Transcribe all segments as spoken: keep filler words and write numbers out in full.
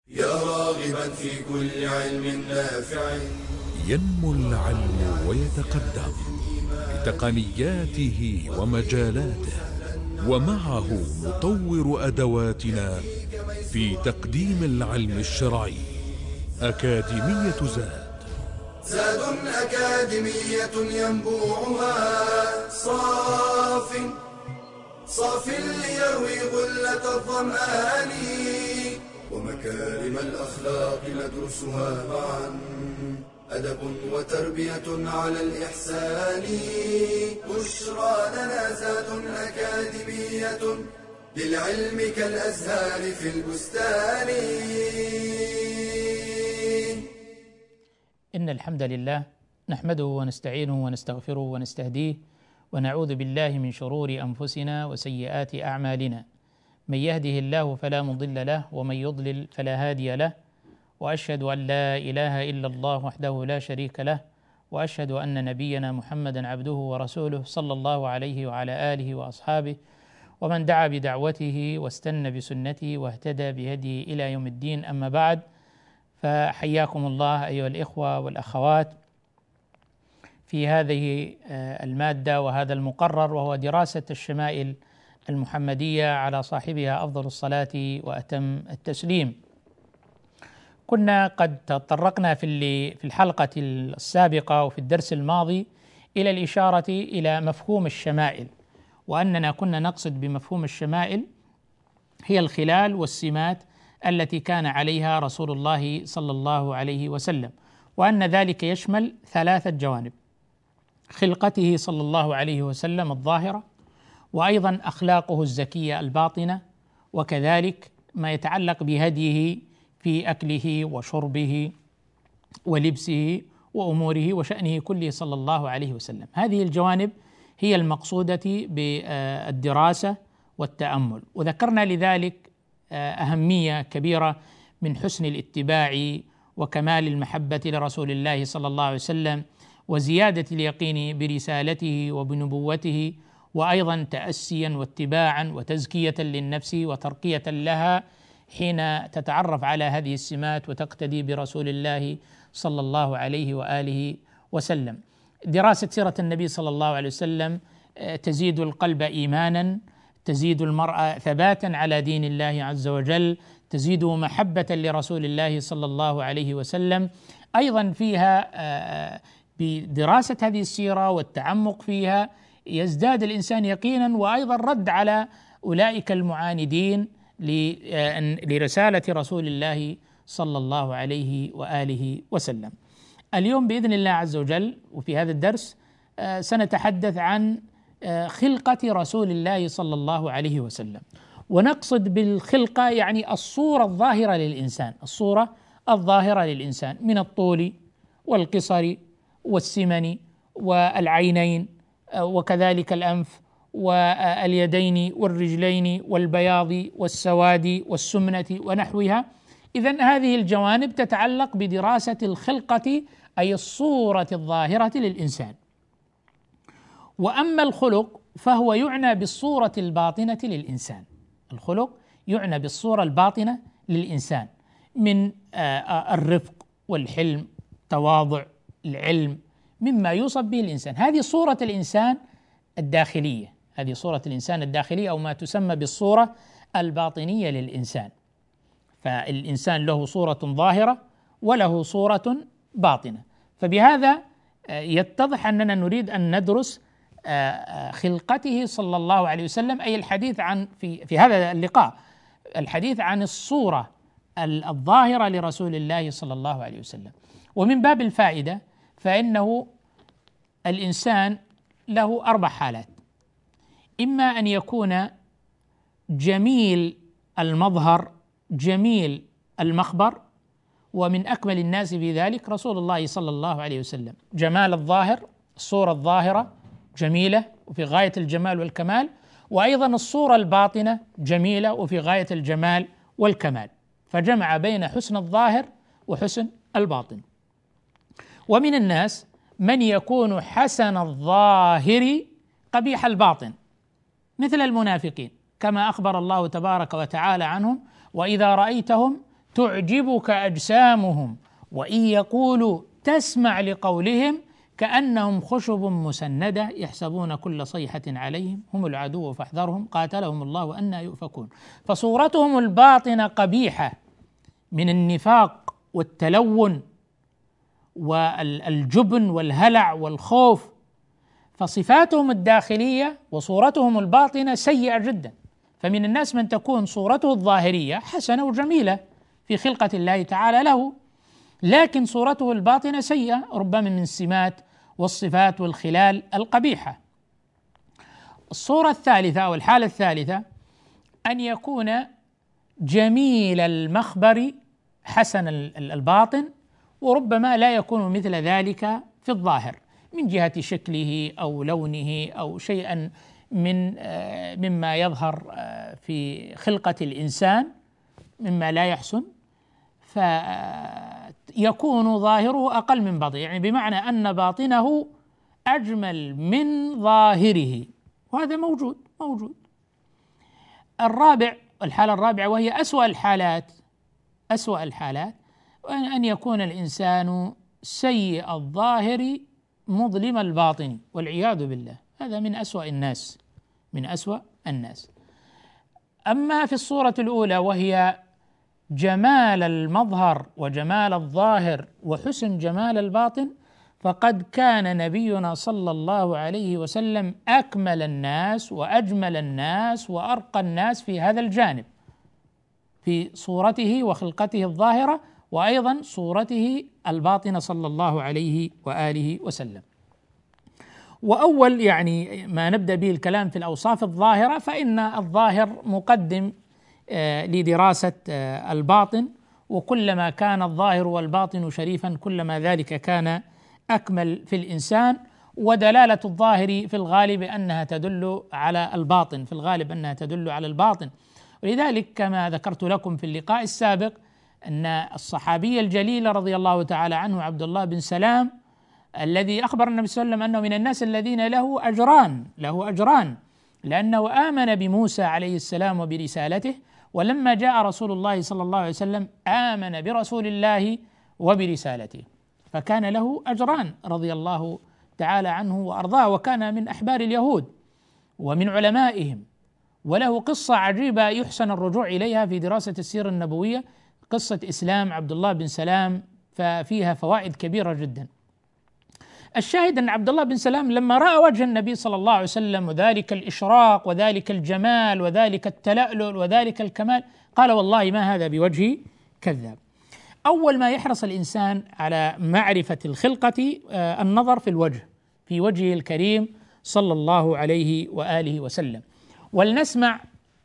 يا راغبا في كل علم نافع. ينمو العلم ويتقدم بتقنياته ومجالاته، ومعه نطور أدواتنا في تقديم العلم الشرعي. أكاديمية زاد زاد أكاديمية ينبوعها صاف صاف ليروي غلة الظمآن، ومكارم الأخلاق ندرسها معا، أدب وتربية على الإحسان. بشرى لنا زاد أكاديمية للعلم كالأزهار في البستان. إن الحمد لله نحمده ونستعينه ونستغفره ونستهديه، ونعوذ بالله من شرور أنفسنا وسيئات أعمالنا. من يهده الله فلا مضل له، ومن يضلل فلا هادي له، وأشهد أن لا إله إلا الله وحده لا شريك له، وأشهد أن نبينا محمدا عبده ورسوله صلى الله عليه وعلى آله وأصحابه ومن دعا بدعوته واستنى بسنته واهتدى بهديه إلى يوم الدين. أما بعد، فحياكم الله أيها الإخوة والأخوات في هذه المادة وهذا المقرر، وهو دراسة الشمائل المحمدية على صاحبها أفضل الصلاة وأتم التسليم. كنا قد تطرقنا في في الحلقة السابقة وفي الدرس الماضي إلى الإشارة إلى مفهوم الشمائل، وأننا كنا نقصد بمفهوم الشمائل هي الخلال والسمات التي كان عليها رسول الله صلى الله عليه وسلم، وأن ذلك يشمل ثلاثة جوانب: خلقته صلى الله عليه وسلم الظاهرة، وأيضا أخلاقه الزكية الباطنة، وكذلك ما يتعلق بهديه في أكله وشربه ولبسه وأموره وشأنه كله صلى الله عليه وسلم. هذه الجوانب هي المقصودة بالدراسة والتأمل، وذكرنا لذلك أهمية كبيرة من حسن الاتباع وكمال المحبة لرسول الله صلى الله عليه وسلم، وزيادة اليقين برسالته وبنبوته، وأيضا تأسيا واتباعا وتزكية للنفس وترقية لها حين تتعرف على هذه السمات وتقتدي برسول الله صلى الله عليه وآله وسلم. دراسة سيرة النبي صلى الله عليه وسلم تزيد القلب إيمانا، تزيد المرء ثباتا على دين الله عز وجل، تزيد محبة لرسول الله صلى الله عليه وسلم. أيضا فيها بدراسة هذه السيرة والتعمق فيها يزداد الإنسان يقينا، وأيضا رد على أولئك المعاندين لرسالة رسول الله صلى الله عليه وآله وسلم. اليوم بإذن الله عز وجل وفي هذا الدرس سنتحدث عن خلقة رسول الله صلى الله عليه وسلم، ونقصد بالخلقة يعني الصورة الظاهرة للإنسان، الصورة الظاهرة للإنسان من الطول والقصر والسمن والعينين وكذلك الأنف واليدين والرجلين والبياض والسواد والسمنة ونحوها. إذن هذه الجوانب تتعلق بدراسة الخلقة أي الصورة الظاهرة للإنسان. وأما الخلق فهو يعنى بالصورة الباطنة للإنسان، الخلق يعنى بالصورة الباطنة للإنسان من الرفق والحلم، تواضع، العلم، مما يوصف به الإنسان. هذه صورة الإنسان الداخلية، هذه صورة الإنسان الداخلية أو ما تسمى بالصورة الباطنية للإنسان. فالإنسان له صورة ظاهرة وله صورة باطنة، فبهذا يتضح أننا نريد أن ندرس خلقته صلى الله عليه وسلم، أي الحديث عن في في هذا اللقاء الحديث عن الصورة الظاهرة لرسول الله صلى الله عليه وسلم. ومن باب الفائدة فإنه الإنسان له أربع حالات: إما أن يكون جميل المظهر جميل المخبر، ومن أكمل الناس في ذلك رسول الله صلى الله عليه وسلم، جمال الظاهر، الصورة الظاهرة جميلة وفي غاية الجمال والكمال، وأيضا الصورة الباطنة جميلة وفي غاية الجمال والكمال، فجمع بين حسن الظاهر وحسن الباطن. ومن الناس من يكون حسن الظاهر قبيح الباطن، مثل المنافقين، كما أخبر الله تبارك وتعالى عنهم: وإذا رأيتهم تعجبك أجسامهم وإن يقولوا تسمع لقولهم كأنهم خشب مسندة يحسبون كل صيحة عليهم هم العدو فاحذرهم قاتلهم الله أنى يؤفكون. فصورتهم الباطنة قبيحة من النفاق والتلون والجبن والهلع والخوف، فصفاتهم الداخلية وصورتهم الباطنة سيئة جدا. فمن الناس من تكون صورته الظاهرية حسنة وجميلة في خلقة الله تعالى له، لكن صورته الباطنة سيئة، ربما من السمات والصفات والخلال القبيحة. الصورة الثالثة أو الحالة الثالثة أن يكون جميل المخبر حسن الباطن، وربما لا يكون مثل ذلك في الظاهر من جهة شكله أو لونه أو شيئا من مما يظهر في خلقة الإنسان مما لا يحسن، فيكون ظاهره أقل من باطنه، يعني بمعنى أن باطنه أجمل من ظاهره، وهذا موجود موجود. الرابع الحالة الرابعة وهي أسوأ الحالات أسوأ الحالات أن يكون الإنسان سيء الظاهر مظلم الباطن والعياذ بالله، هذا من أسوأ الناس من أسوأ الناس. أما في الصورة الأولى وهي جمال المظهر وجمال الظاهر وحسن جمال الباطن، فقد كان نبينا صلى الله عليه وسلم أكمل الناس وأجمل الناس وأرقى الناس في هذا الجانب، في صورته وخلقته الظاهرة وأيضا صورته الباطنة صلى الله عليه وآله وسلم. وأول يعني ما نبدأ به الكلام في الأوصاف الظاهرة، فإن الظاهر مقدم آه لدراسة آه الباطن، وكلما كان الظاهر والباطن شريفا كلما ذلك كان أكمل في الإنسان. ودلالة الظاهر في الغالب أنها تدل على الباطن، في الغالب أنها تدل على الباطن. ولذلك كما ذكرت لكم في اللقاء السابق أن الصحابي الجليل رضي الله تعالى عنه عبد الله بن سلام الذي أخبر النبي صلى الله عليه وسلم أنه من الناس الذين له أجران له أجران لأنه آمن بموسى عليه السلام وبرسالته، ولما جاء رسول الله صلى الله عليه وسلم آمن برسول الله وبرسالته، فكان له أجران رضي الله تعالى عنه وأرضاه، وكان من أحبار اليهود ومن علمائهم، وله قصة عجيبة يحسن الرجوع إليها في دراسة السيرة النبوية، قصة إسلام عبد الله بن سلام، ففيها فوائد كبيرة جدا. الشاهد أن عبد الله بن سلام لما رأى وجه النبي صلى الله عليه وسلم وذلك الإشراق وذلك الجمال وذلك التلألؤ وذلك الكمال قال والله ما هذا بوجه كذاب. أول ما يحرص الإنسان على معرفة الخلقة آه النظر في الوجه، في وجهه الكريم صلى الله عليه وآله وسلم. ولنسمع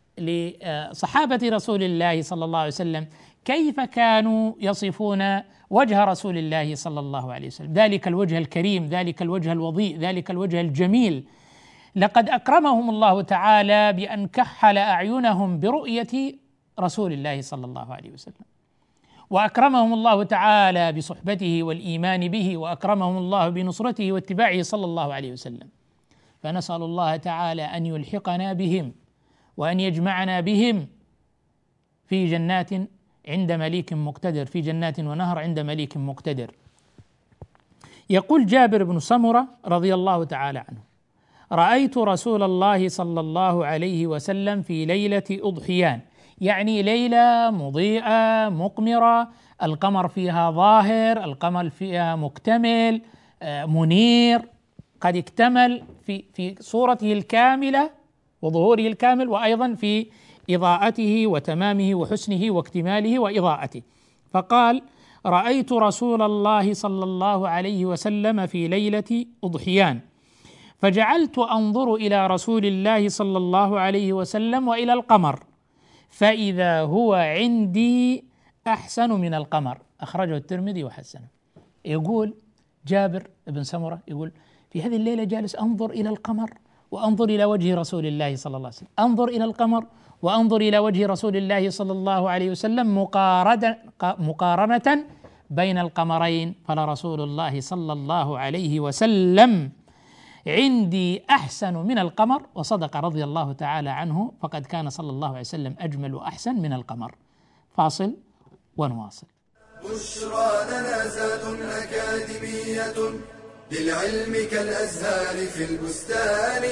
لصحابة رسول الله صلى الله عليه وسلم كيف كانوا يصفون وجه رسول الله صلى الله عليه وسلم، ذلك الوجه الكريم، ذلك الوجه الوضيء، ذلك الوجه الجميل. لقد أكرمهم الله تعالى بأن كحل أعينهم برؤية رسول الله صلى الله عليه وسلم، وأكرمهم الله تعالى بصحبته والإيمان به، وأكرمهم الله بنصرته واتباعه صلى الله عليه وسلم. فنسأل الله تعالى أن يلحقنا بهم وأن يجمعنا بهم في جنات عند مليك مقتدر، في جنات ونهر عند مليك مقتدر. يقول جابر بن سمرة رضي الله تعالى عنه: رأيت رسول الله صلى الله عليه وسلم في ليلة أضحيان، يعني ليلة مضيئة مقمرة، القمر فيها ظاهر، القمر فيها مكتمل منير، قد اكتمل في في صورته الكاملة وظهوره الكامل، وأيضا في إضاءته وتمامه وحسنه واكتماله وإضاءته. فقال: رأيت رسول الله صلى الله عليه وسلم في ليلة أضحيان، فجعلت أنظر إلى رسول الله صلى الله عليه وسلم وإلى القمر، فإذا هو عندي أحسن من القمر. أخرجه الترمذي وحسنه. يقول جابر بن سمرة يقول: في هذه الليلة جالس أنظر إلى القمر وأنظر إلى وجه رسول الله صلى الله عليه وسلم، أنظر إلى القمر وأنظر إلى وجه رسول الله صلى الله عليه وسلم مقارنة بين القمرين، فلرسول الله صلى الله عليه وسلم عندي أحسن من القمر. وصدق رضي الله تعالى عنه، فقد كان صلى الله عليه وسلم أجمل وأحسن من القمر. فاصل ونواصل. بشرى لنا زاد أكاديمية للعلم كالأزهار في البستان.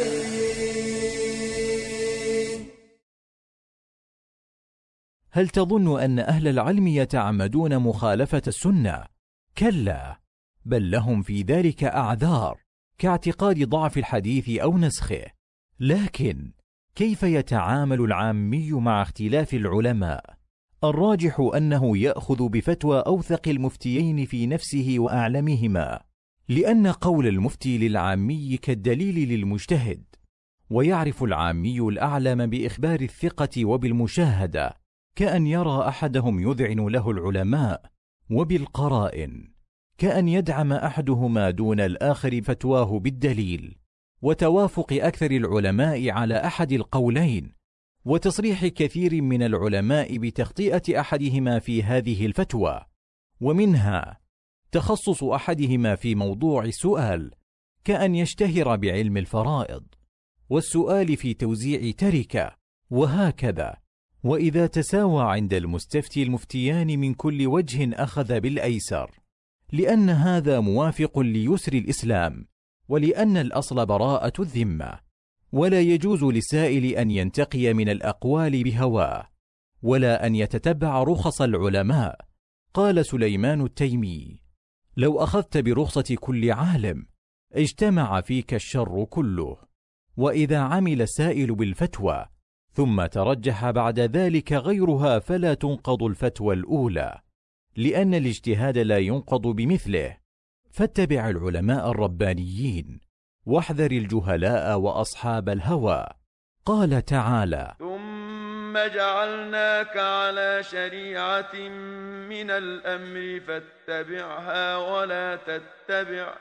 هل تظن أن أهل العلم يتعمدون مخالفة السنة؟ كلا، بل لهم في ذلك أعذار كاعتقاد ضعف الحديث أو نسخه. لكن كيف يتعامل العامي مع اختلاف العلماء؟ الراجح أنه يأخذ بفتوى أوثق المفتيين في نفسه وأعلمهما، لأن قول المفتي للعامي كالدليل للمجتهد، ويعرف العامي الأعلم بإخبار الثقة وبالمشاهدة، كأن يرى أحدهم يذعن له العلماء، وبالقرائن كأن يدعم أحدهما دون الآخر فتواه بالدليل، وتوافق أكثر العلماء على أحد القولين، وتصريح كثير من العلماء بتخطئة أحدهما في هذه الفتوى، ومنها تخصص أحدهما في موضوع السؤال كأن يشتهر بعلم الفرائض، والسؤال في توزيع تركة، وهكذا. وإذا تساوى عند المستفتي المفتيان من كل وجه أخذ بالأيسر، لأن هذا موافق ليسر الإسلام، ولأن الأصل براءة الذمة، ولا يجوز للسائل أن ينتقي من الأقوال بهواه، ولا أن يتتبع رخص العلماء. قال سليمان التيمي: لو أخذت برخصة كل عالم اجتمع فيك الشر كله. وإذا عمل السائل بالفتوى ثم ترجح بعد ذلك غيرها فلا تنقض الفتوى الأولى، لأن الاجتهاد لا ينقض بمثله. فاتبع العلماء الربانيين، واحذر الجهلاء وأصحاب الهوى. قال تعالى: ثم جعلناك على شريعة من الأمر فاتبعها ولا تتبع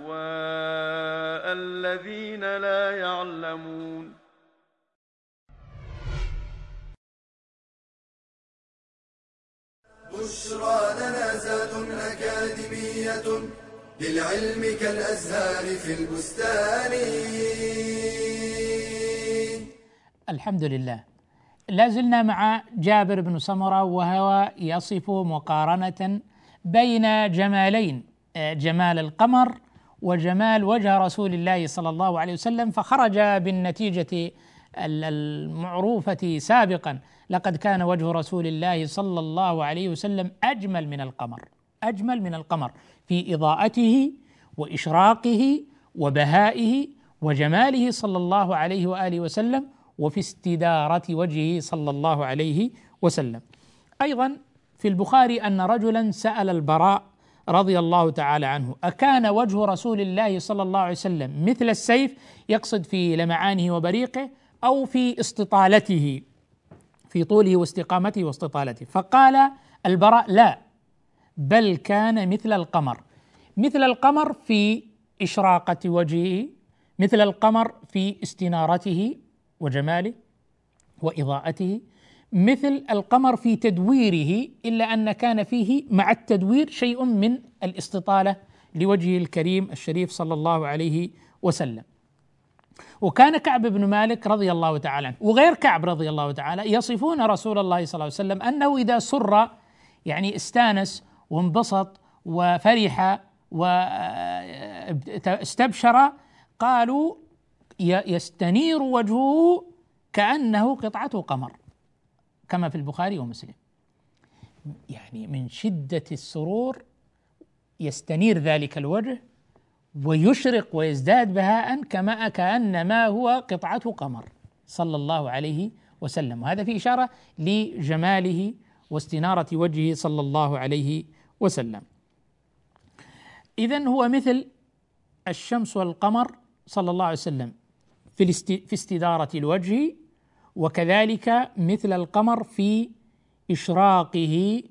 أهواء الذين لا يعلمون. بشرى لنا زاد أكاديمية للعلم كالأزهار في البستان. الحمد لله، لازلنا مع جابر بن سمرة، وهو يصف مقارنة بين جمالين، جمال القمر وجمال وجه رسول الله صلى الله عليه وسلم، فخرج بالنتيجة المعروفة سابقا: لقد كان وجه رسول الله صلى الله عليه وسلم أجمل من القمر، أجمل من القمر في إضاءته وإشراقه وبهائه وجماله صلى الله عليه وآله وسلم، وفي استدارة وجهه صلى الله عليه وسلم. أيضا في البخاري أن رجلا سأل البراء رضي الله تعالى عنه: أكان وجه رسول الله صلى الله عليه وسلم مثل السيف؟ يقصد في لمعانه وبريقه، أو في استطالته، في طوله واستقامته واستطالته. فقال البراء: لا، بل كان مثل القمر، مثل القمر في إشراقة وجهه، مثل القمر في استنارته وجماله وإضاءته، مثل القمر في تدويره، إلا أن كان فيه مع التدوير شيء من الاستطالة لوجهه الكريم الشريف صلى الله عليه وسلم. وكان كعب بن مالك رضي الله تعالى عنه وغير كعب رضي الله تعالى يصفون رسول الله صلى الله عليه وسلم أنه إذا سر، يعني استانس وانبسط وفرح واستبشر، قالوا يستنير وجهه كأنه قطعة قمر، كما في البخاري ومسلم. يعني من شدة السرور يستنير ذلك الوجه ويشرق ويزداد بهاء كما كأنما هو قطعة قمر صلى الله عليه وسلم. وهذا في إشارة لجماله واستنارة وجهه صلى الله عليه وسلم. إذن هو مثل الشمس والقمر صلى الله عليه وسلم في في استدارة الوجه، وكذلك مثل القمر في إشراقه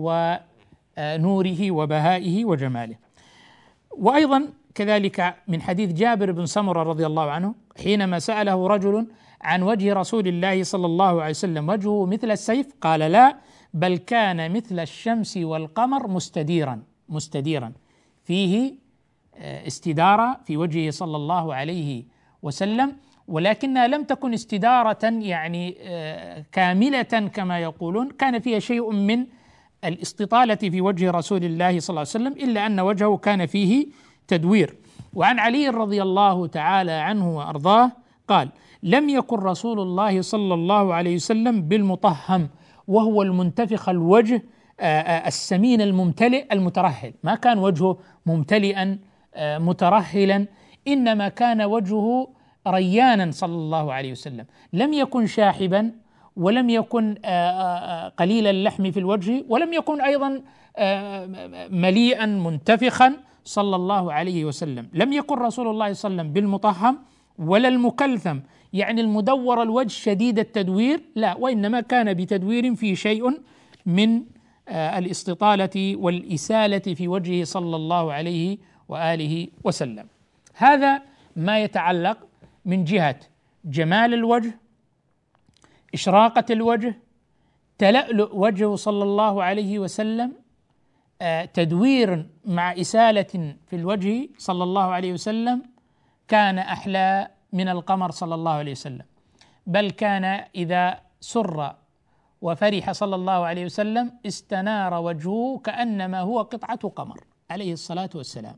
ونوره وبهائه وجماله. وأيضا كذلك من حديث جابر بن سمرة رضي الله عنه حينما سأله رجل عن وجه رسول الله صلى الله عليه وسلم: وجهه مثل السيف؟ قال: لا، بل كان مثل الشمس والقمر مستديرا مستديرا فيه استدارة في وجهه صلى الله عليه وسلم، ولكنها لم تكن استدارة يعني كاملة كما يقولون، كان فيها شيء من الاستطالة في وجه رسول الله صلى الله عليه وسلم، إلا أن وجهه كان فيه تدوير. وعن علي رضي الله تعالى عنه وأرضاه قال: لم يكن رسول الله صلى الله عليه وسلم بالمطهم، وهو المنتفخ الوجه السمين الممتلئ المترهل، ما كان وجهه ممتلئا مترهلا، إنما كان وجهه ريانا صلى الله عليه وسلم، لم يكن شاحبا، ولم يكن قليل اللحم في الوجه، ولم يكن أيضا مليئا منتفخا صلى الله عليه وسلم. لم يكن رسول الله صلى الله عليه وسلم بالمطهم ولا المكلثم، يعني المدور الوجه شديد التدوير، لا، وإنما كان بتدوير في شيء من الاستطالة والإسالة في وجهه صلى الله عليه وآله وسلم. هذا ما يتعلق من جهة جمال الوجه، إشراقة الوجه، تلألؤ وجهه صلى الله عليه وسلم، تدوير مع إسالة في الوجه صلى الله عليه وسلم، كان أحلى من القمر صلى الله عليه وسلم، بل كان إذا سر وفرح صلى الله عليه وسلم استنار وجهه كأنما هو قطعة قمر عليه الصلاة والسلام.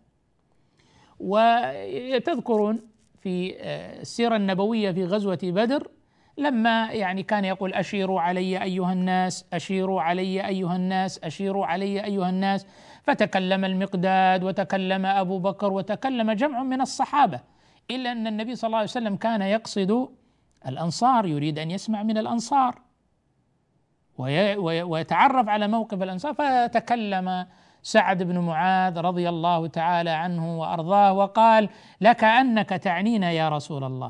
وتذكرون في السيرة النبوية في غزوة بدر لما يعني كان يقول: أشيروا علي أيها الناس، أشيروا علي أيها الناس، أشيروا علي أيها الناس، فتكلم المقداد وتكلم أبو بكر وتكلم جمع من الصحابة، إلا أن النبي صلى الله عليه وسلم كان يقصد الأنصار، يريد أن يسمع من الأنصار ويتعرف على موقف الأنصار، فتكلم سعد بن معاذ رضي الله تعالى عنه وأرضاه وقال: لك أنك تعنينا يا رسول الله،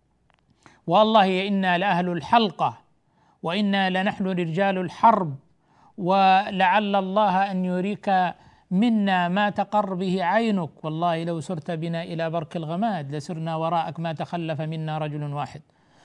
والله إنا لأهل الحلقة، وإنا لنحن رجال الحرب، ولعل الله أن يريك منا ما تقر به عينك، والله لو سرت بنا إلى برك الغماد لسرنا وراءك ما تخلف منا رجل واحد،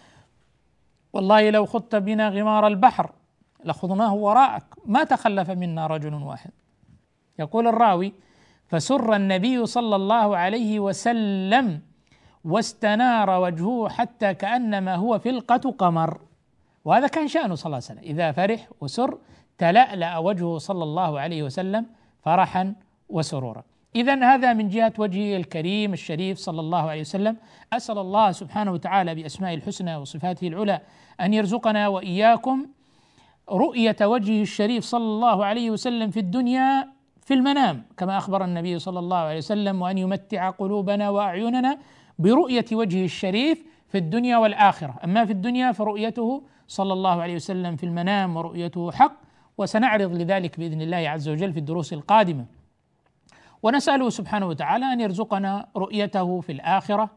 والله لو خضت بنا غمار البحر لخضناه وراءك ما تخلف منا رجل واحد. يقول الراوي: فسر النبي صلى الله عليه وسلم واستنار وجهه حتى كأنما هو فلقة قمر. وهذا كان شأنه صلى الله عليه وسلم، إذا فرح وسر تلألأ وجهه صلى الله عليه وسلم فرحا وسرورا. إذن هذا من جهة وجهه الكريم الشريف صلى الله عليه وسلم. أسأل الله سبحانه وتعالى بأسمائه الحسنى وصفاته العلى أن يرزقنا وإياكم رؤية وجهه الشريف صلى الله عليه وسلم في الدنيا في المنام كما أخبر النبي صلى الله عليه وسلم، وأن يمتع قلوبنا وأعيننا برؤية وجهه الشريف في الدنيا والآخرة. أما في الدنيا فرؤيته صلى الله عليه وسلم في المنام ورؤيته حق، وسنعرض لذلك بإذن الله عز وجل في الدروس القادمة. ونسأله سبحانه وتعالى أن يرزقنا رؤيته في الآخرة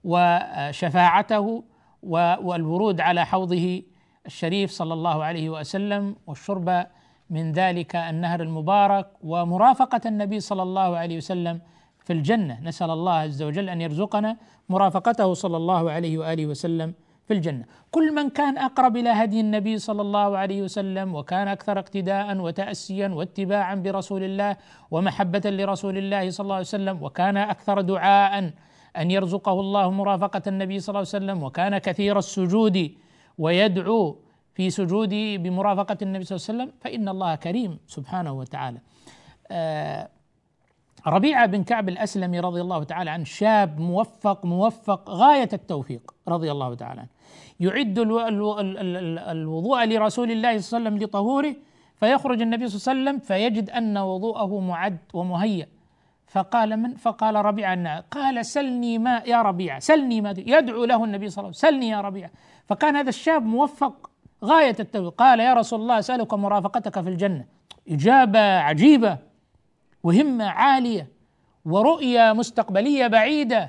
وشفاعته والورود على حوضه الشريف صلى الله عليه وسلم، والشرب من ذلك النهر المبارك، ومرافقة النبي صلى الله عليه وسلم في الجنة. نسأل الله عز وجل أن يرزقنا مرافقته صلى الله عليه وآله وسلم في الجنة. كل من كان أقرب إلى هدي النبي صلى الله عليه وسلم، وكان أكثر اقتداء وتأسيا واتباعا برسول الله ومحبة لرسول الله صلى الله عليه وسلم، وكان أكثر دعاء أن يرزقه الله مرافقة النبي صلى الله عليه وسلم، وكان كثير السجود ويدعو في سجوده بمرافقة النبي صلى الله عليه وسلم، فإن الله كريم سبحانه وتعالى. آه ربيعة بن كعب الأسلمي رضي الله تعالى عنه شاب موفق موفق غاية التوفيق رضي الله تعالى عنه، يعد الوضوء لرسول الله صلى الله عليه وسلم لطهوره، فيخرج النبي صلى الله عليه وسلم فيجد أن وضوءه معد ومهيأ، فقال من؟ فقال ربيعة، قال سلني ماء يا ربيعة، سلني ماء، يدعو له النبي صلى الله عليه وسلم سلني يا ربيعة. فكان هذا الشاب موفق غاية التوفيق، قال يا رسول الله أسألك مرافقتك في الجنة. إجابة عجيبة وهمة عالية ورؤية مستقبلية بعيدة.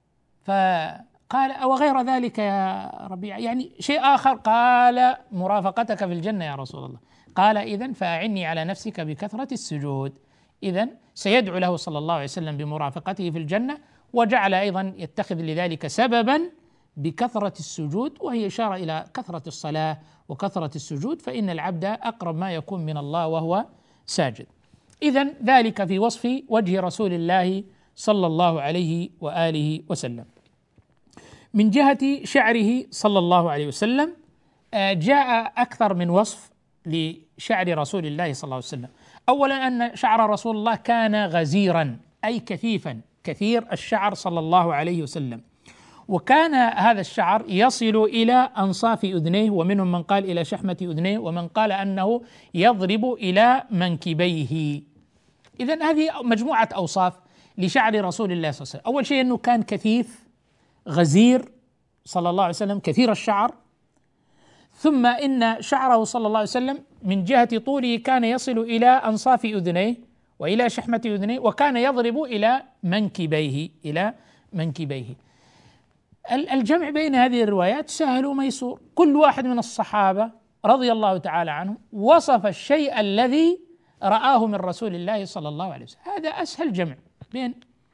فقال أو غير ذلك يا ربيعة، يعني شيء آخر؟ قال مرافقتك في الجنة يا رسول الله. قال إذن فأعني على نفسك بكثرة السجود. إذن سيدعو له صلى الله عليه وسلم بمرافقته في الجنة، وجعل أيضا يتخذ لذلك سببا بكثرة السجود، وهي إشارة إلى كثرة الصلاة وكثرة السجود، فإن العبد أقرب ما يكون من الله وهو ساجد. إذن ذلك في وصف وجه رسول الله صلى الله عليه وآله وسلم. من جهة شعره صلى الله عليه وسلم جاء أكثر من وصف لشعر رسول الله صلى الله عليه وسلم. أولا أن شعر رسول الله كان غزيرا أي كثيفا، كثير الشعر صلى الله عليه وسلم، وكان هذا الشعر يصل إلى أنصاف أذنيه، ومنهم من قال إلى شحمة أذنيه، ومن قال أنه يضرب إلى منكبيه. إذن هذه مجموعة أوصاف لشعر رسول الله صلى الله عليه وسلم. أول شيء أنه كان كثيف غزير صلى الله عليه وسلم، كثير الشعر، ثم إن شعره صلى الله عليه وسلم من جهة طوله كان يصل إلى أنصاف أذنيه وإلى شحمة أذنيه، وكان يضرب إلى منكبيه إلى منكبيه. الجمع بين هذه الروايات سهل وميسور، كل واحد من الصحابة رضي الله تعالى عنهم وصف الشيء الذي رآه من رسول الله صلى الله عليه وسلم. هذا أسهل جمع بين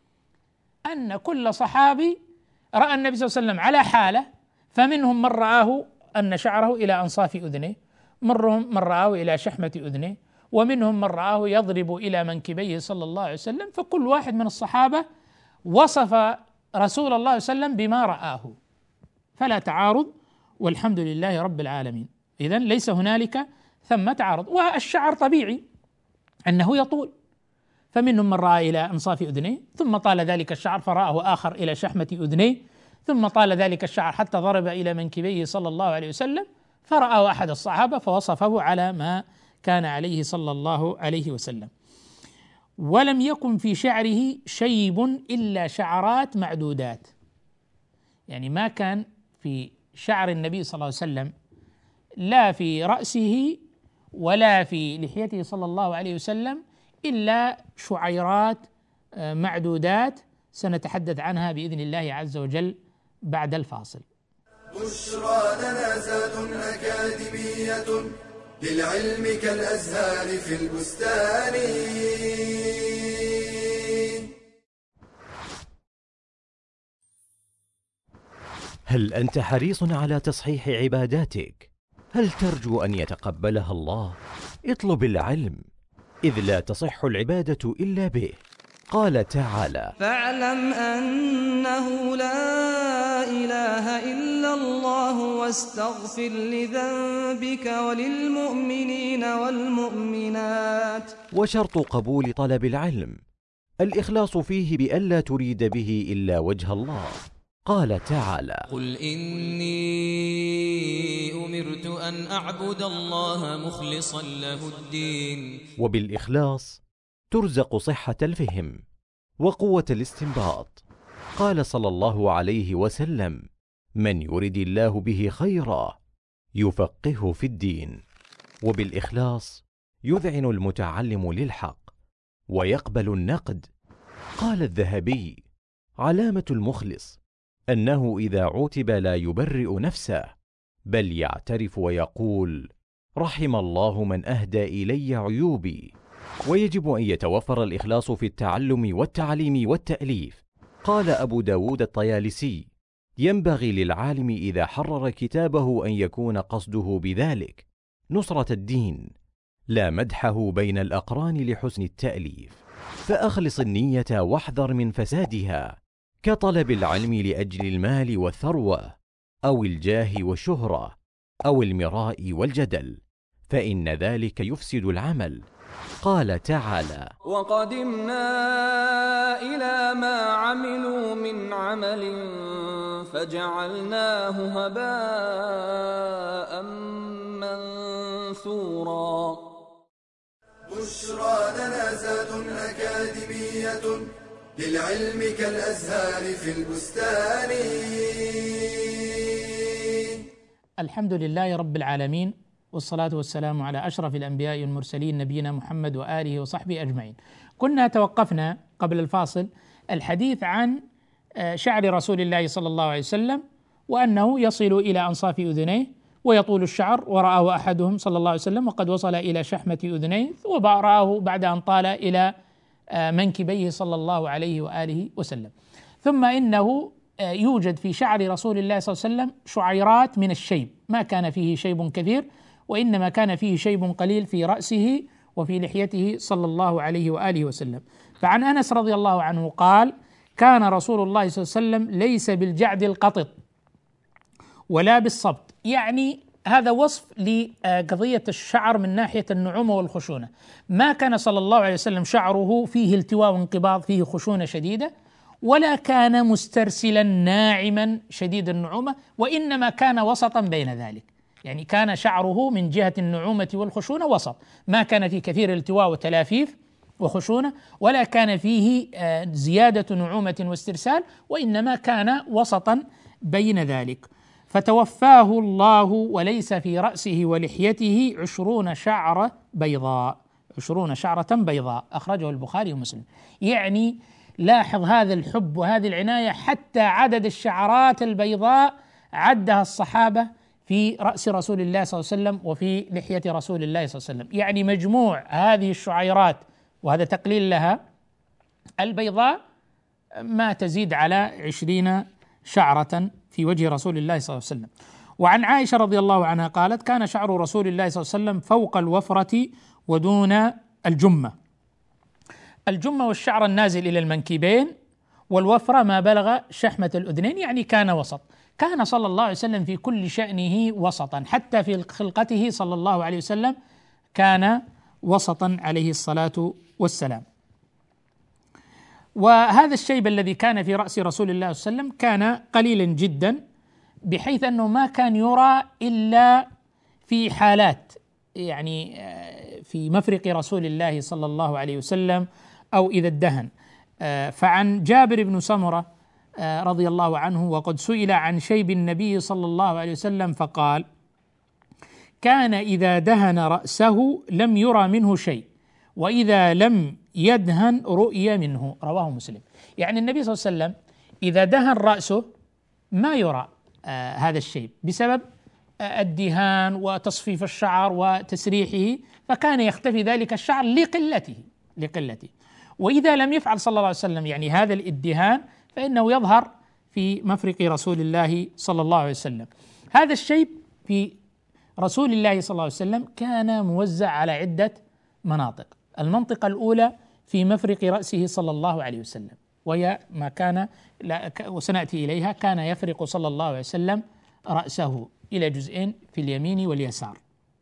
أن كل صحابي رأى النبي صلى الله عليه وسلم على حالة، فمنهم من رآه أن شعره إلى أنصاف أذنيه، منهم من رآه إلى شحمة أذنيه، ومنهم من رآه يضرب إلى منكبيه صلى الله عليه وسلم. فكل واحد من الصحابة وصف رسول الله صلى الله عليه وسلم بما رآه، فلا تعارض والحمد لله رب العالمين. إذن ليس هنالك ثم تعارض. والشعر طبيعي أنه يطول، فمنهم من رأى إلى أنصاف أذنيه ثم طال ذلك الشعر فرآه آخر إلى شحمة أذنيه، ثم طال ذلك الشعر حتى ضرب إلى منكبيه صلى الله عليه وسلم، فرآه أحد الصحابة فوصفه على ما كان عليه صلى الله عليه وسلم. ولم يكن في شعره شيب إلا شعرات معدودات، يعني ما كان في شعر النبي صلى الله عليه وسلم لا في رأسه ولا في لحيته صلى الله عليه وسلم إلا شعيرات معدودات سنتحدث عنها بإذن الله عز وجل بعد الفاصل. بشرى لنا زاد أكاديمية للعلم كالأزهار في البستان. هل أنت حريص على تصحيح عباداتك؟ هل ترجو أن يتقبلها الله؟ اطلب العلم، إذ لا تصح العبادة إلا به. قال تعالى: فاعلم أنه لا إله إلا الله واستغفر لذنبك وللمؤمنين والمؤمنات. وشرط قبول طلب العلم الإخلاص فيه بألا تريد به إلا وجه الله. قال تعالى: قل إني أمرت أن أعبد الله مخلصا له الدين. وبالإخلاص ترزق صحة الفهم وقوة الاستنباط. قال صلى الله عليه وسلم: من يرد الله به خيرا يفقهه في الدين. وبالإخلاص يذعن المتعلم للحق ويقبل النقد. قال الذهبي: علامة المخلص أنه إذا عوتب لا يبرئ نفسه، بل يعترف ويقول: رحم الله من أهدى إلي عيوبي. ويجب أن يتوفر الإخلاص في التعلم والتعليم والتأليف. قال أبو داود الطيالسي: ينبغي للعالم إذا حرر كتابه أن يكون قصده بذلك نصرة الدين، لا مدحه بين الأقران لحسن التأليف. فأخلص النية واحذر من فسادها، كطلب العلم لأجل المال والثروة أو الجاه والشهرة أو المراء والجدل، فإن ذلك يفسد العمل. قال تعالى: وقدمنا إلى ما عملوا من عمل فجعلناه هباء منثورا. بشرى لنا زاد أكاديمية للعلم كالأزهار في البستان. الحمد لله رب العالمين، والصلاة والسلام على أشرف الأنبياء والمرسلين نبينا محمد وآله وصحبه أجمعين. كنا توقفنا قبل الفاصل الحديث عن شعر رسول الله صلى الله عليه وسلم، وأنه يصل إلى أنصاف أذنيه ويطول الشعر، ورآه أحدهم صلى الله عليه وسلم وقد وصل إلى شحمة أذنيه، ورآه بعد أن طال إلى منكبيه صلى الله عليه وآله وسلم. ثم إنه يوجد في شعر رسول الله صلى الله عليه وسلم شعيرات من الشيب، ما كان فيه شيب كثير، وإنما كان فيه شيب قليل في رأسه وفي لحيته صلى الله عليه وآله وسلم. فعن أنس رضي الله عنه قال: كان رسول الله صلى الله عليه وسلم ليس بالجعد القطط ولا بالصبت، يعني هذا وصف لقضية الشعر من ناحية النعومة والخشونة. ما كان صلى الله عليه وسلم شعره فيه التواء وانقباض، فيه خشونة شديدة، ولا كان مسترسلا ناعما شديد النعومة، وإنما كان وسطا بين ذلك. يعني كان شعره من جهة النعومة والخشونة وسط، ما كان فيه كثير التواء وتلافيف وخشونة، ولا كان فيه زيادة نعومة واسترسال، وإنما كان وسطا بين ذلك. فتوفاه الله وليس في رأسه ولحيته عشرون شعرة بيضاء، عشرون شعرة بيضاء، أخرجه البخاري ومسلم. يعني لاحظ هذا الحب وهذه العناية، حتى عدد الشعرات البيضاء عدها الصحابة في رأس رسول الله صلى الله عليه وسلم وفي لحية رسول الله صلى الله عليه وسلم. يعني مجموع هذه الشعيرات، وهذا تقليل لها، البيضاء ما تزيد على عشرين شعرة في وجه رسول الله صلى الله عليه وسلم. وعن عائشة رضي الله عنها قالت: كان شعر رسول الله صلى الله عليه وسلم فوق الوفرة ودون الجمة. الجمة والشعر النازل إلى المنكبين، والوفرة ما بلغ شحمة الأذنين، يعني كان وسط. كان صلى الله عليه وسلم في كل شأنه وسطا، حتى في خلقته صلى الله عليه وسلم كان وسطا عليه الصلاة والسلام. وهذا الشيب الذي كان في رأس رسول الله صلى الله عليه وسلم كان قليلا جدا، بحيث أنه ما كان يرى إلا في حالات، يعني في مفرق رسول الله صلى الله عليه وسلم أو إذا ادهن. فعن جابر بن سمرة رضي الله عنه: وقد سئل عن شيب النبي صلى الله عليه وسلم فقال: كان إذا دهن رأسه لم يرى منه شيء، وإذا لم يدهن رؤي منه. رواه مسلم. يعني النبي صلى الله عليه وسلم إذا دهن رأسه ما يرى آه هذا الشيء بسبب آه الدهان وتصفيف الشعر وتسريحه، فكان يختفي ذلك الشعر لقلته لقلته وإذا لم يفعل صلى الله عليه وسلم يعني هذا الادهان، فإنه يظهر في مفرق رسول الله صلى الله عليه وسلم. هذا الشيء في رسول الله صلى الله عليه وسلم كان موزع على عدة مناطق. المنطقة الأولى في مفرق رأسه صلى الله عليه وسلم، وهي ما كان، وسنأتي إليها، كان يفرق صلى الله عليه وسلم رأسه إلى جزئين في اليمين واليسار،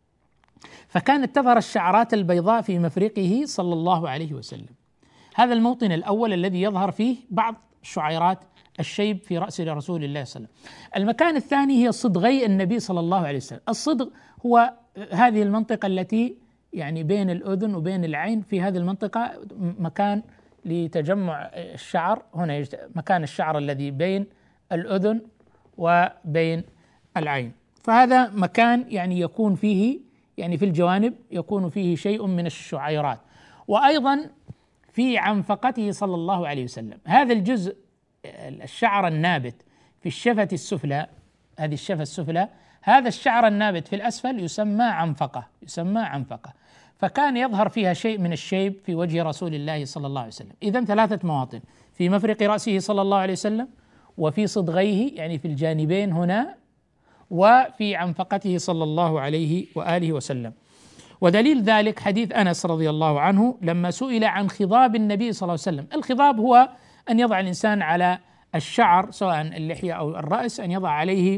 فكانت تظهر الشعرات البيضاء في مفرقه صلى الله عليه وسلم. هذا الموطن الأول الذي يظهر فيه بعض شعيرات الشيب في رأس رسول الله صلى الله عليه وسلم. المكان الثاني هي صدغي النبي صلى الله عليه وسلم. الصدغ هو هذه المنطقة التي يعني بين الأذن وبين العين، في هذه المنطقة مكان لتجمع الشعر، هنا مكان الشعر الذي بين الأذن وبين العين، فهذا مكان يعني يكون فيه، يعني في الجوانب يكون فيه شيء من الشعيرات. وأيضا في عنفقته صلى الله عليه وسلم هذا الجزء الشعر النابت في الشفة السفلى، هذه الشفة السفلى، هذا الشعر النابت في الأسفل يسمى عنفقة، يسمى عنفقة، فكان يظهر فيها شيء من الشيب في وجه رسول الله صلى الله عليه وسلم. إذن ثلاثة مواطن: في مفرق رأسه صلى الله عليه وسلم، وفي صدغيه يعني في الجانبين هنا، وفي عنفقته صلى الله عليه وآله وسلم. ودليل ذلك حديث أنس رضي الله عنه لما سئل عن خضاب النبي صلى الله عليه وسلم. الخضاب هو أن يضع الإنسان على الشعر سواء اللحية أو الرأس، أن يضع عليه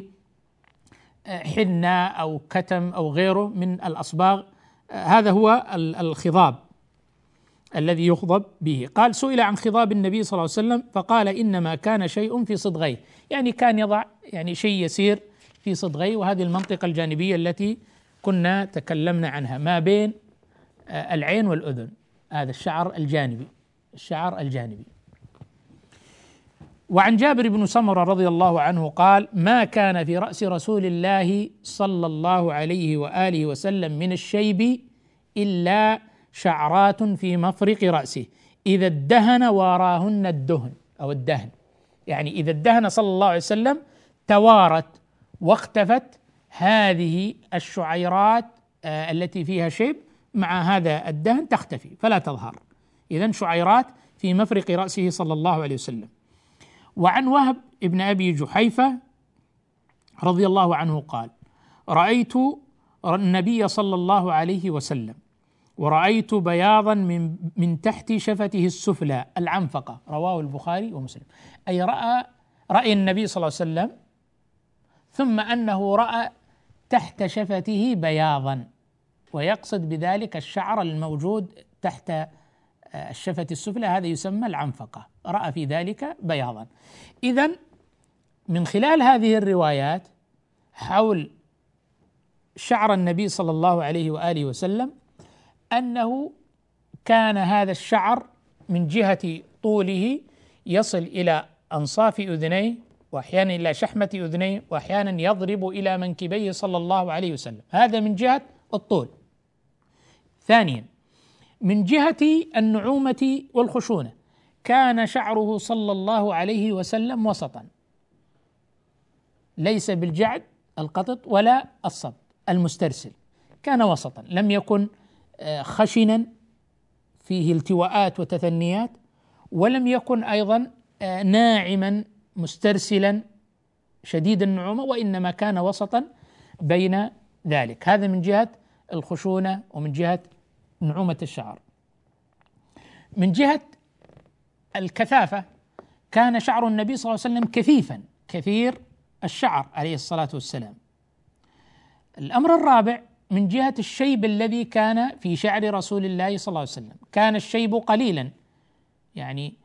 حنة أو كتم أو غيره من الأصباغ، هذا هو الخضاب الذي يخضب به. قال: سئل عن خضاب النبي صلى الله عليه وسلم فقال: إنما كان شيء في صدغيه، يعني كان يضع يعني شيء يسير في صدغيه، وهذه المنطقة الجانبية التي كنا تكلمنا عنها ما بين العين والأذن، هذا الشعر الجانبي، الشعر الجانبي. وعن جابر بن سمرة رضي الله عنه قال: ما كان في رأس رسول الله صلى الله عليه وآله وسلم من الشيب إلا شعرات في مفرق رأسه إذا ادهن واراهن الدهن أو الدهن، يعني إذا ادهن صلى الله عليه وسلم توارت واختفت هذه الشعيرات آه التي فيها شيب، مع هذا الدهن تختفي فلا تظهر. إذن شعيرات في مفرق رأسه صلى الله عليه وسلم. وعن وهب ابن أبي جحيفة رضي الله عنه قال: رأيت النبي صلى الله عليه وسلم ورأيت بياضا من من تحت شفته السفلى العنفقة. رواه البخاري ومسلم. أي رأى رأي النبي صلى الله عليه وسلم، ثم أنه رأى تحت شفته بياضا، ويقصد بذلك الشعر الموجود تحت الشفة السفلى، هذا يسمى العنفقة، رأى في ذلك بياضا. إذن من خلال هذه الروايات حول شعر النبي صلى الله عليه وآله وسلم أنه كان هذا الشعر من جهة طوله يصل إلى أنصاف أذنيه، وأحيانا إلى شحمة أذنيه، وأحيانا يضرب إلى منكبيه صلى الله عليه وسلم، هذا من جهة الطول. ثانيا من جهة النعومة والخشونة كان شعره صلى الله عليه وسلم وسطا، ليس بالجعد القطط ولا الصب المسترسل، كان وسطا، لم يكن خشنا فيه التواءات وتثنيات، ولم يكن أيضا ناعما مسترسلا شديد النعومة، وإنما كان وسطا بين ذلك. هذا من جهة الخشونة ومن جهة نعومة الشعر. من جهة الكثافة كان شعر النبي صلى الله عليه وسلم كثيفا كثير الشعر عليه الصلاة والسلام. الأمر الرابع من جهة الشيب الذي كان في شعر رسول الله صلى الله عليه وسلم، كان الشيب قليلا، يعني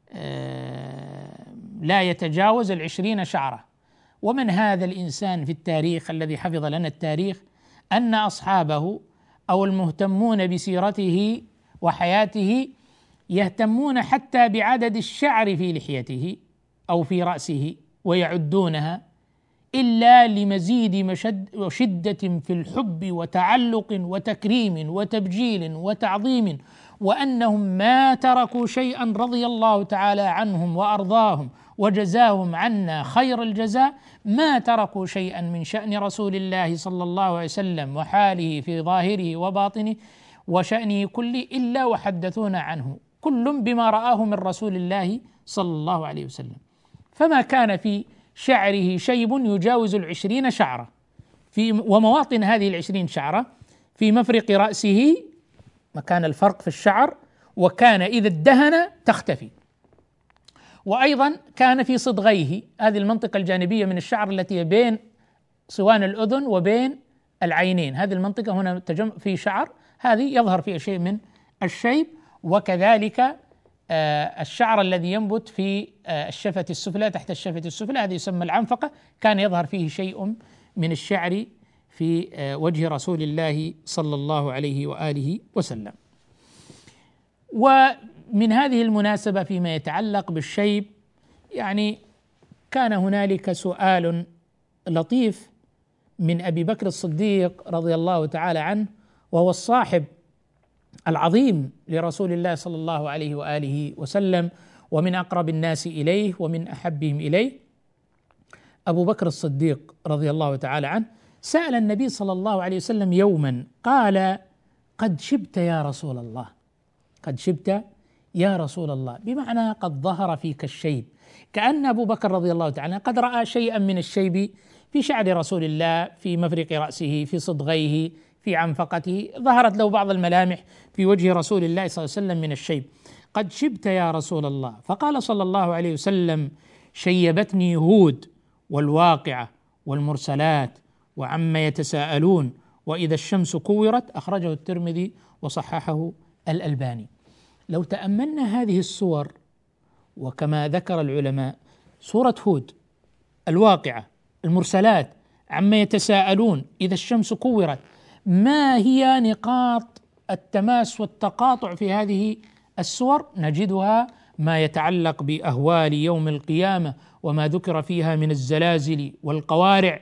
آه لا يتجاوز العشرين شعرة. ومن هذا الإنسان في التاريخ الذي حفظ لنا التاريخ أن أصحابه أو المهتمون بسيرته وحياته يهتمون حتى بعدد الشعر في لحيته أو في رأسه ويعدونها، إلا لمزيد مشد وشدة في الحب وتعلق وتكريم وتبجيل وتعظيم، وأنهم ما تركوا شيئا رضي الله تعالى عنهم وأرضاهم وجزاهم عنا خير الجزاء، ما تركوا شيئا من شأن رسول الله صلى الله عليه وسلم وحاله في ظاهره وباطنه وشأنه كله إلا وحدثونا عنه، كل بما رآه من رسول الله صلى الله عليه وسلم. فما كان في شعره شيب يجاوز العشرين شعرة في ومواطن هذه العشرين شعرة في مفرق رأسه مكان الفرق في الشعر، وكان إذا ادهن تختفي، وأيضا كان في صدغيه، هذه المنطقة الجانبية من الشعر التي بين صوان الأذن وبين العينين، هذه المنطقة هنا تجمع في شعر، هذه يظهر فيها شيء من الشيب. وكذلك آه الشعر الذي ينبت في آه الشفة السفلى تحت الشفة السفلى، هذه يسمى العنفقة، كان يظهر فيه شيء من الشعر في آه وجه رسول الله صلى الله عليه وآله وسلم. ومن هذه المناسبة فيما يتعلق بالشيب، يعني كان هنالك سؤال لطيف من أبي بكر الصديق رضي الله تعالى عنه، وهو الصاحب العظيم لرسول الله صلى الله عليه وآله وسلم ومن أقرب الناس إليه ومن أحبهم إليه. أبو بكر الصديق رضي الله تعالى عنه سأل النبي صلى الله عليه وسلم يوما قال: قد شبت يا رسول الله، قد شبت يا رسول الله، بمعنى قد ظهر فيك الشيب، كأن أبو بكر رضي الله تعالى عنه قد رأى شيئا من الشيب في شعر رسول الله، في مفرق رأسه، في صدغيه، في عنفقته، ظهرت له بعض الملامح في وجه رسول الله صلى الله عليه وسلم من الشيب. قد شبت يا رسول الله، فقال صلى الله عليه وسلم: شيبتني هود والواقعة والمرسلات وعما يتساءلون وإذا الشمس كورت، أخرجه الترمذي وصححه الألباني. لو تأملنا هذه الصور وكما ذكر العلماء، سورة هود، الواقعة، المرسلات، عما يتساءلون، إذا الشمس كورت، ما هي نقاط التماس والتقاطع في هذه السور؟ نجدها ما يتعلق بأهوال يوم القيامة وما ذكر فيها من الزلازل والقوارع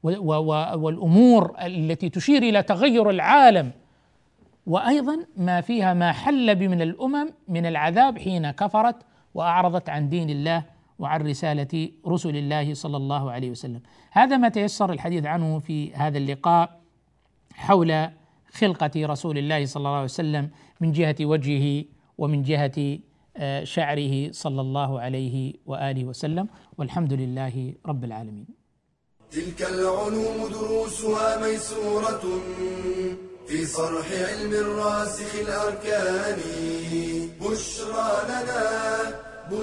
والأمور التي تشير إلى تغير العالم، وأيضا ما فيها ما حل بمن الأمم من العذاب حين كفرت وأعرضت عن دين الله وعن رسالة رسل الله صلى الله عليه وسلم. هذا ما تيسر الحديث عنه في هذا اللقاء حول خلقة رسول الله صلى الله عليه وسلم من جهة وجهه ومن جهة شعره صلى الله عليه وآله وسلم، والحمد لله رب العالمين. تلك العلوم دروسها ميسورة في صرح علم الراسخ الأركان. بشرى لنا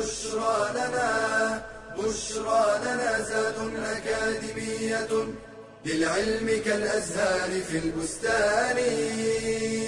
بشرى لنا بشرى لنا زاد أكاديمية للعلم كالأزهار في البستان